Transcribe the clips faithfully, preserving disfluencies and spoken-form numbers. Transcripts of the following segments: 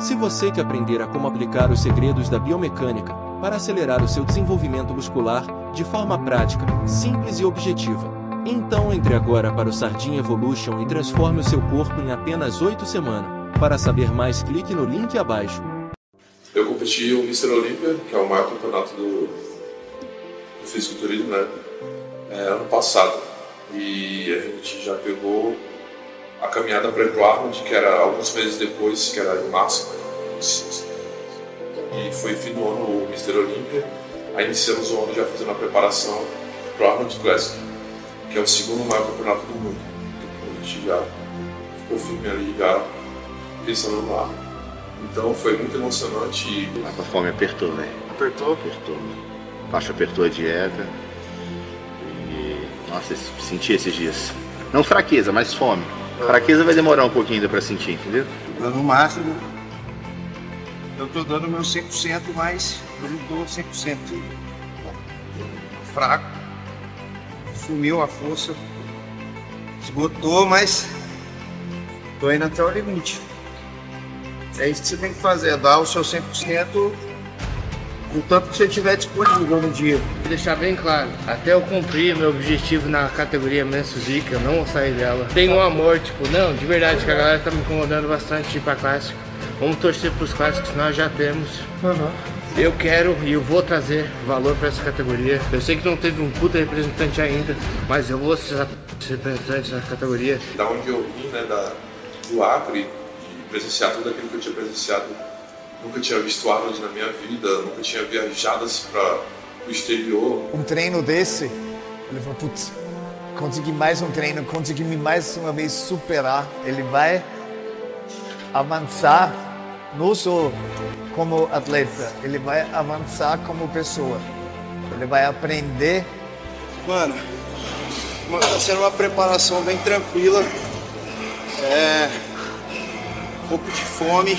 Se você quer aprender a como aplicar os segredos da biomecânica para acelerar o seu desenvolvimento muscular de forma prática, simples e objetiva, então entre agora para o Sardinha Evolution e transforme o seu corpo em apenas oito semanas. Para saber mais, clique no link abaixo. Eu competi o mister Olympia, que é o maior campeonato do, do fisiculturismo, né? É, ano passado. E a gente já pegou a caminhada para ir pro Arnold, que era alguns meses depois, que era em março. E foi fim do ano o mister Olympia. Aí iniciamos o ano já fazendo a preparação pro Arnold Classic, que é o segundo maior campeonato do mundo. Então a gente já ficou firme ali, já pensando no Arnold. Então foi muito emocionante. E... a fome apertou, velho. Apertou? Apertou. O baixo apertou a dieta. E... nossa, senti esses dias. Não fraqueza, mas fome. Fraqueza vai demorar um pouquinho ainda pra sentir, entendeu? No máximo, eu tô dando meu cem por cento, mas eu não dou cem por cento. Fraco. Sumiu a força. Esgotou, mas tô indo até o limite. É isso que você tem que fazer, é dar o seu cem por cento o tanto que você tiver disponível no dia. Vou deixar bem claro, até eu cumprir meu objetivo na categoria Mensuzic, eu não vou sair dela. Tenho um amor, tipo, não, de verdade, que a galera tá me incomodando bastante de ir pra clássico. Vamos torcer pros clássicos que nós já temos. Uhum. Eu quero e eu vou trazer valor para essa categoria. Eu sei que não teve um puta representante ainda, mas eu vou ser representante na categoria. Da onde eu vim, né, da, do Acre, presenciar tudo aquilo que eu tinha presenciado. Nunca tinha visto Arnold na minha vida, nunca tinha viajado assim para o exterior. Um treino desse, ele falou, putz, consegui mais um treino, consegui mais uma vez superar. Ele vai avançar não só como atleta, ele vai avançar como pessoa. Ele vai aprender. Mano, tá sendo uma preparação bem tranquila. É... um pouco de fome,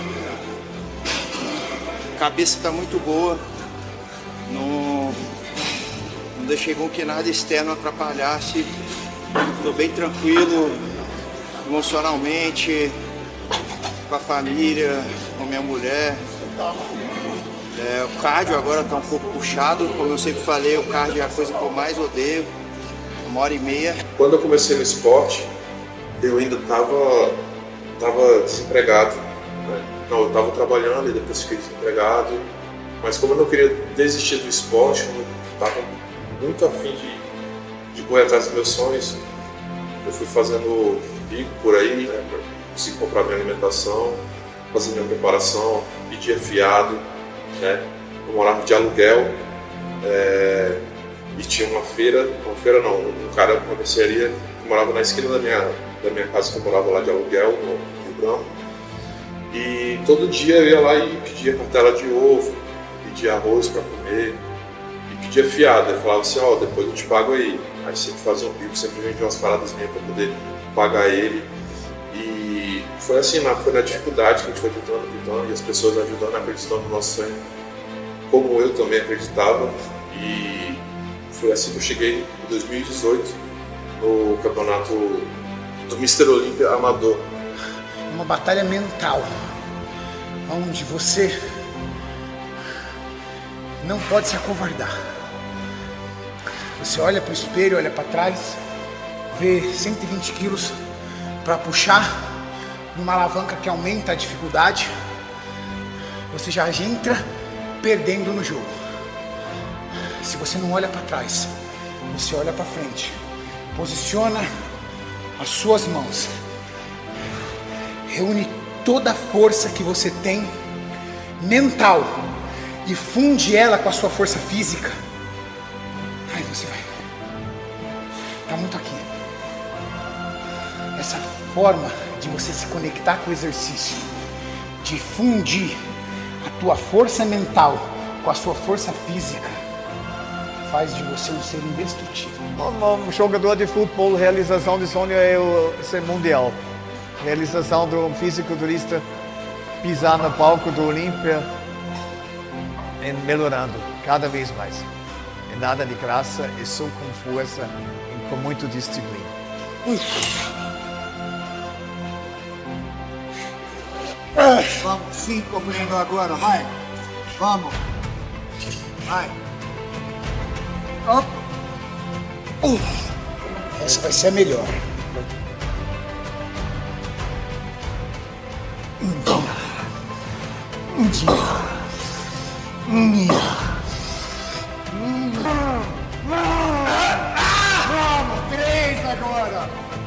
a cabeça está muito boa, não, não deixei com que nada externo atrapalhasse, estou bem tranquilo emocionalmente, com a família, com a minha mulher. É, o cardio agora está um pouco puxado, como eu sempre falei, o cardio é a coisa que eu mais odeio, uma hora e meia. Quando eu comecei no esporte, eu ainda estava estava desempregado, né? Não, eu estava trabalhando e depois fiquei desempregado, mas como eu não queria desistir do esporte, como eu estava muito afim de, de correr atrás dos meus sonhos, eu fui fazendo bico por aí, né, para conseguir comprar minha alimentação, fazer minha preparação, pedir fiado, né? Eu morava de aluguel, é, e tinha uma feira, uma feira não, um cara, uma mercearia que morava na esquina da minha da minha casa, que eu morava lá de aluguel, no Rio Branco. E todo dia eu ia lá e pedia cartela de ovo, pedia arroz para comer e pedia fiada. Eu falava assim, ó, oh, depois eu te pago aí. Aí sempre fazia um bico, sempre vendia umas paradas minhas para poder pagar ele. E foi assim, foi na dificuldade que a gente foi tentando, tentando, e as pessoas ajudando, acreditando no nosso sonho, como eu também acreditava. E foi assim que eu cheguei em dois mil e dezoito no campeonato do mister Olympia amador. Uma batalha mental, onde você não pode se acovardar. Você olha para o espelho, olha para trás, vê cento e vinte quilos para puxar numa alavanca que aumenta a dificuldade. Você já entra perdendo no jogo. Se você não olha para trás, você olha para frente, posiciona as suas mãos, reúne toda a força que você tem mental e funde ela com a sua força física. Aí você vai. Tá muito aqui. Essa forma de você se conectar com o exercício, de fundir a tua força mental com a sua força física, faz de você um ser indestrutível. Um jogador de futebol, realização de sonho é o ser mundial. Realização de um fisiculturista pisar no palco do Olímpia e melhorando cada vez mais. É nada de graça, é só com força e com muita disciplina. Ui. Vamos, cinco abrindo agora, vai. Vamos. Vai. Up. Uh, essa vai ser a melhor. Um dia. Um dia. Um dia. Vamos, três agora.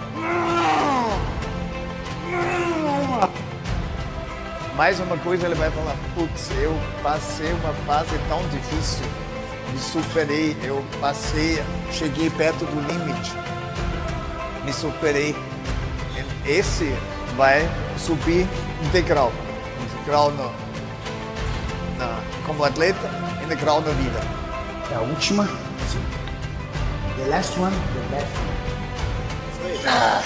Mais uma coisa ele vai falar, putz, eu passei uma fase tão difícil, me superei, eu passei, cheguei perto do limite, me superei. Esse vai subir um degrau, um degrau no, na, como atleta e um degrau na vida. É a última. The last one, the last one. Ah.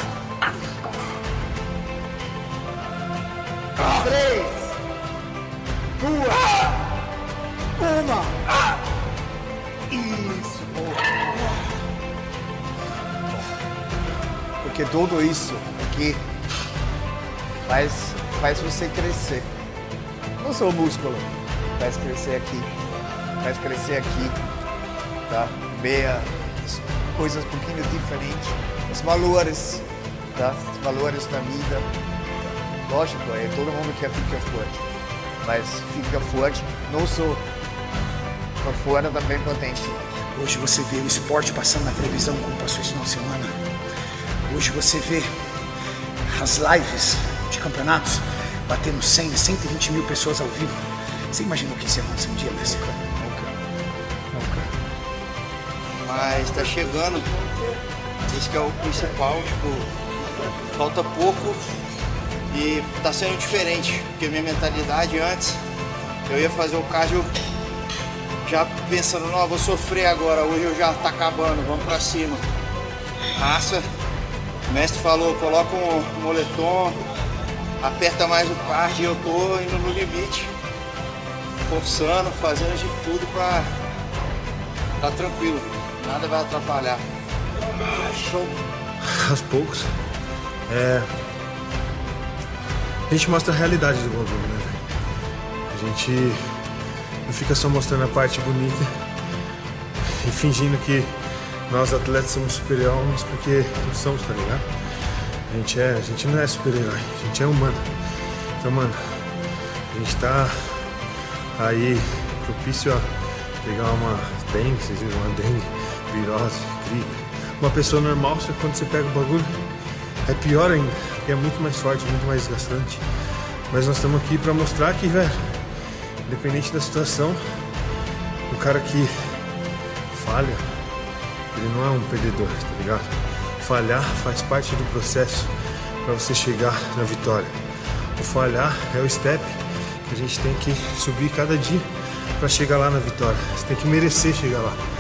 Três, duas, uma. Isso. Porque tudo isso aqui faz, faz você crescer. Não só o músculo, faz crescer aqui, faz crescer aqui, tá? Ver as coisas um pouquinho diferentes, os valores, tá? Os valores da vida. Lógico, é, todo mundo quer ficar forte, mas fica forte não só por fora, também por dentro. Hoje você vê o esporte passando na televisão como passou esse final de semana. Hoje você vê as lives de campeonatos batendo cem, cento e vinte mil pessoas ao vivo. Você imaginou que isso ia acontecer um dia, Messi? Nunca, nunca. Mas tá chegando. Esse que é o principal, tipo, falta pouco. E tá sendo diferente, porque minha mentalidade antes, eu ia fazer o cardio já pensando, não, vou sofrer agora, hoje eu já tá acabando, vamos pra cima. Raça, o mestre falou, coloca um moletom, aperta mais o cardio e eu tô indo no limite, forçando, fazendo de tudo pra tá tranquilo, nada vai atrapalhar. Show! Aos poucos. É... A gente mostra a realidade do bagulho, né, velho? A gente não fica só mostrando a parte bonita e fingindo que nós atletas somos super-homens, porque não somos, tá ligado? A gente, é, a gente não é super-herói, a gente é humano. Então, mano, a gente tá aí propício a pegar uma dengue, vocês viram, uma dengue, virose, gripe. Uma pessoa normal, só que quando você pega o bagulho, é pior ainda, porque é muito mais forte, muito mais desgastante. Mas nós estamos aqui pra mostrar que, velho, independente da situação, o cara que falha, ele não é um perdedor, tá ligado? Falhar faz parte do processo para você chegar na vitória. O falhar é o step que a gente tem que subir cada dia para chegar lá na vitória. Você tem que merecer chegar lá.